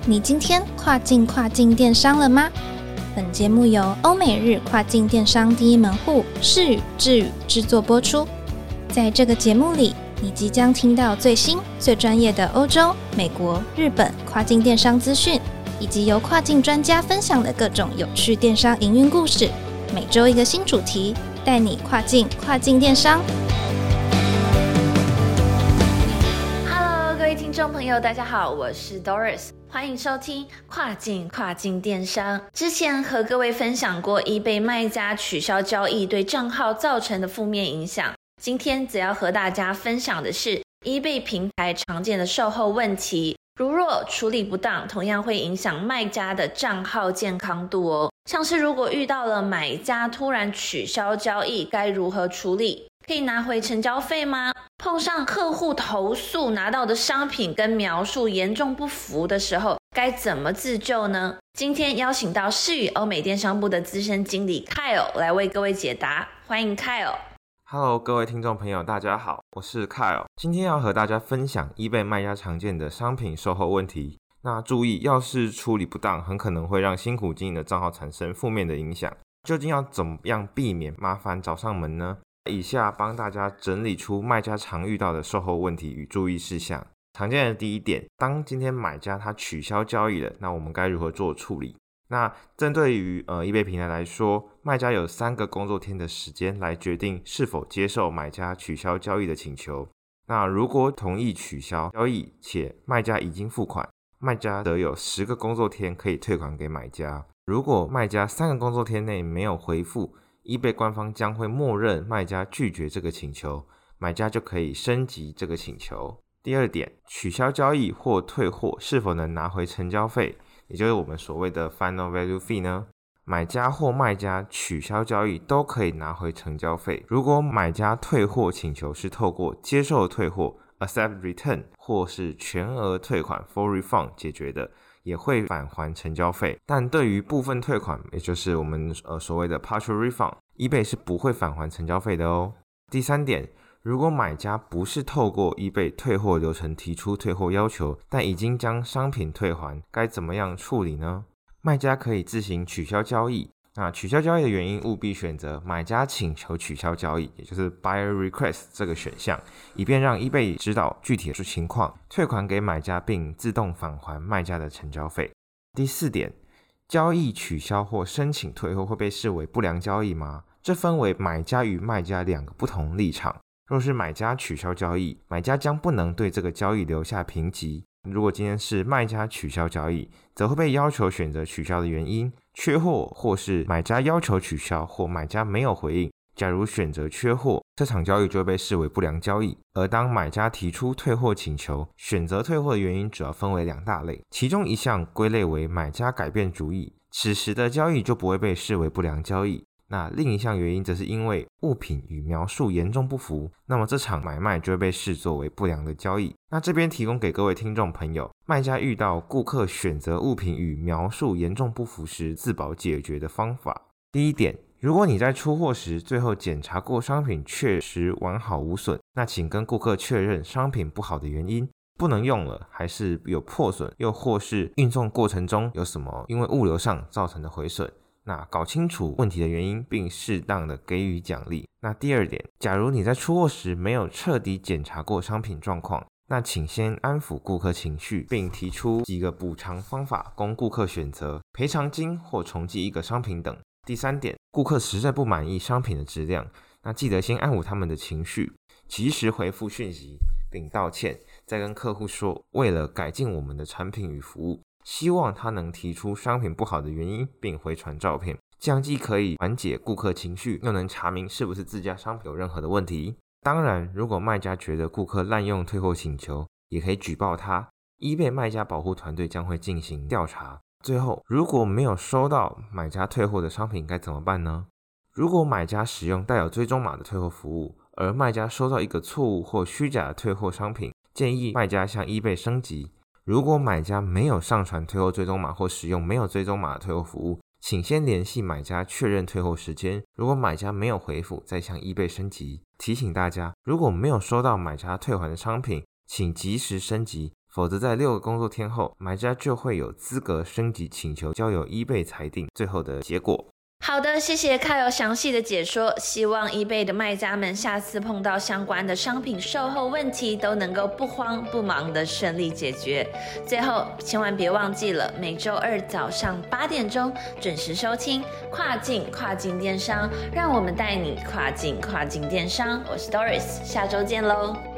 你今天跨境电商了吗？本节目由欧美日跨境电商第一门户视宇智宇制作播出。在这个节目里，你即将听到最新最专业的欧洲、美国、日本跨境电商资讯，以及由跨境专家分享的各种有趣电商营运故事。每周一个新主题，带你跨境电商。 Hello， 各位听众朋友，大家好，我是 Doris， 欢迎收听跨境电商。之前和各位分享过 eBay 卖家取消交易对账号造成的负面影响。今天则要和大家分享的是 eBay 平台常见的售后问题，如若处理不当，同样会影响卖家的账号健康度哦。像是如果遇到了买家突然取消交易，该如何处理？可以拿回成交费吗？碰上客户投诉拿到的商品跟描述严重不符的时候，该怎么自救呢？今天邀请到视宇欧美电商部的资深经理 Kyle 来为各位解答，欢迎 Kyle。Hello， 各位听众朋友，大家好，我是 Kyle， 今天要和大家分享 eBay 卖家常见的商品售后问题。那注意，要是处理不当，很可能会让辛苦经营的账号产生负面的影响。究竟要怎么样避免麻烦找上门呢？以下帮大家整理出卖家常遇到的售后问题与注意事项。常见的第一点，当今天买家他取消交易了，那我们该如何做处理？那针对于eBay 平台来说，卖家有3个工作天的时间来决定是否接受买家取消交易的请求。那如果同意取消交易且卖家已经付款，卖家则有10个工作天可以退款给买家。如果卖家3个工作天内没有回复， eBay 官方将会默认卖家拒绝这个请求，买家就可以升级这个请求。第二点，取消交易或退货是否能拿回成交费，也就是我们所谓的 Final Value Fee 呢？买家或卖家取消交易都可以拿回成交费。如果买家退货请求是透过接受退货 Accept Return 或是全额退款 Full Refund 解决的，也会返还成交费。但对于部分退款，也就是我们所谓的 Partial Refund， eBay 是不会返还成交费的哦。第三点，如果买家不是透过 eBay 退货流程提出退货要求，但已经将商品退还，该怎么样处理呢？卖家可以自行取消交易。那取消交易的原因务必选择买家请求取消交易，也就是 Buyer Request 这个选项，以便让 eBay 知道具体的情况，退款给买家并自动返还卖家的成交费。第四点，交易取消或申请退货会被视为不良交易吗？这分为买家与卖家2个不同立场。若是买家取消交易，买家将不能对这个交易留下评级。如果今天是卖家取消交易，则会被要求选择取消的原因，缺货或是买家要求取消或买家没有回应。假如选择缺货，这场交易就会被视为不良交易。而当买家提出退货请求，选择退货的原因主要分为2大类，其中一项归类为买家改变主意，此时的交易就不会被视为不良交易。那另一项原因则是因为物品与描述严重不符，那么这场买卖就会被视作为不良的交易。那这边提供给各位听众朋友，卖家遇到顾客选择物品与描述严重不符时自保解决的方法。第一点，如果你在出货时最后检查过商品确实完好无损，那请跟顾客确认商品不好的原因，不能用了，还是有破损，又或是运送过程中有什么因为物流上造成的毁损。那搞清楚问题的原因，并适当的给予奖励。那第二点，假如你在出货时没有彻底检查过商品状况，那请先安抚顾客情绪，并提出几个补偿方法供顾客选择，赔偿金或重寄一个商品等。第三点，顾客实在不满意商品的质量，那记得先安抚他们的情绪，及时回复讯息并道歉，再跟客户说，为了改进我们的产品与服务，希望他能提出商品不好的原因并回传照片，这样既可以缓解顾客情绪，又能查明是不是自家商品有任何的问题。当然，如果卖家觉得顾客滥用退货请求，也可以举报他， eBay 卖家保护团队将会进行调查。最后，如果没有收到买家退货的商品该怎么办呢？如果买家使用带有追踪码的退货服务，而卖家收到一个错误或虚假的退货商品，建议卖家向 eBay 升级。如果买家没有上传退货追踪码或使用没有追踪码的退货服务，请先联系买家确认退货时间，如果买家没有回复，再向 eBay 升级。提醒大家，如果没有收到买家退还的商品，请及时升级否则在6个工作天后，买家就会有资格升级请求交由 eBay 裁定最后的结果。 好的，谢谢Kyle详细的解说，希望 eBay 的卖家们下次碰到相关的商品售后问题都能够不慌不忙的顺利解决。最后千万别忘记了，每周2早上8点钟准时收听跨境电商，让我们带你跨境电商。我是 Doris， 下周见喽。